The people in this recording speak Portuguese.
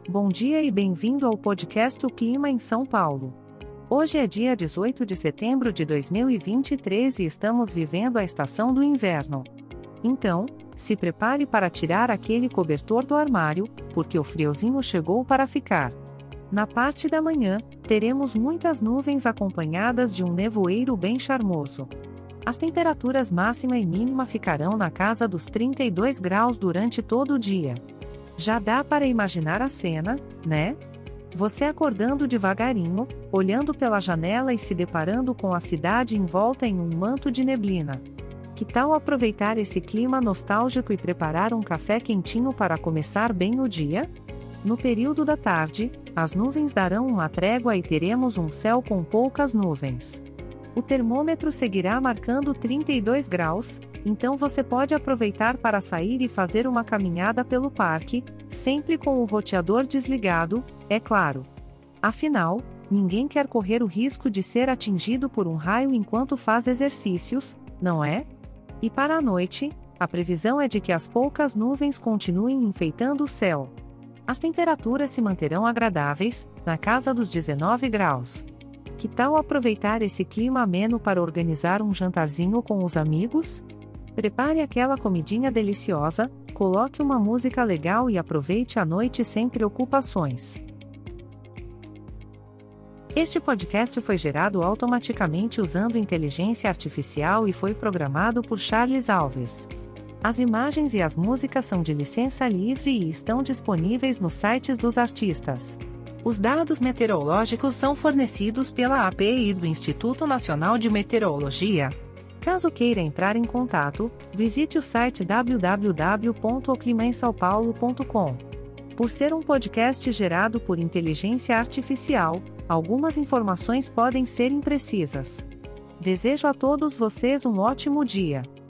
Bom dia e bem-vindo ao podcast O Clima em São Paulo. Hoje é dia 18 de setembro de 2023 e estamos vivendo a estação do inverno. Então, se prepare para tirar aquele cobertor do armário, porque o friozinho chegou para ficar. Na parte da manhã, teremos muitas nuvens acompanhadas de um nevoeiro bem charmoso. As temperaturas máxima e mínima ficarão na casa dos 32 graus durante todo o dia. Já dá para imaginar a cena, né? Você acordando devagarinho, olhando pela janela e se deparando com a cidade envolta em um manto de neblina. Que tal aproveitar esse clima nostálgico e preparar um café quentinho para começar bem o dia? No período da tarde, as nuvens darão uma trégua e teremos um céu com poucas nuvens. O termômetro seguirá marcando 32 graus, então você pode aproveitar para sair e fazer uma caminhada pelo parque, sempre com o roteador desligado, é claro. Afinal, ninguém quer correr o risco de ser atingido por um raio enquanto faz exercícios, não é? E para a noite, a previsão é de que as poucas nuvens continuem enfeitando o céu. As temperaturas se manterão agradáveis, na casa dos 19 graus. Que tal aproveitar esse clima ameno para organizar um jantarzinho com os amigos? Prepare aquela comidinha deliciosa, coloque uma música legal e aproveite a noite sem preocupações. Este podcast foi gerado automaticamente usando inteligência artificial e foi programado por Charles Alves. As imagens e as músicas são de licença livre e estão disponíveis nos sites dos artistas. Os dados meteorológicos são fornecidos pela API do Instituto Nacional de Meteorologia. Caso queira entrar em contato, visite o site www.oclimaemsaopaulo.com. Por ser um podcast gerado por inteligência artificial, algumas informações podem ser imprecisas. Desejo a todos vocês um ótimo dia.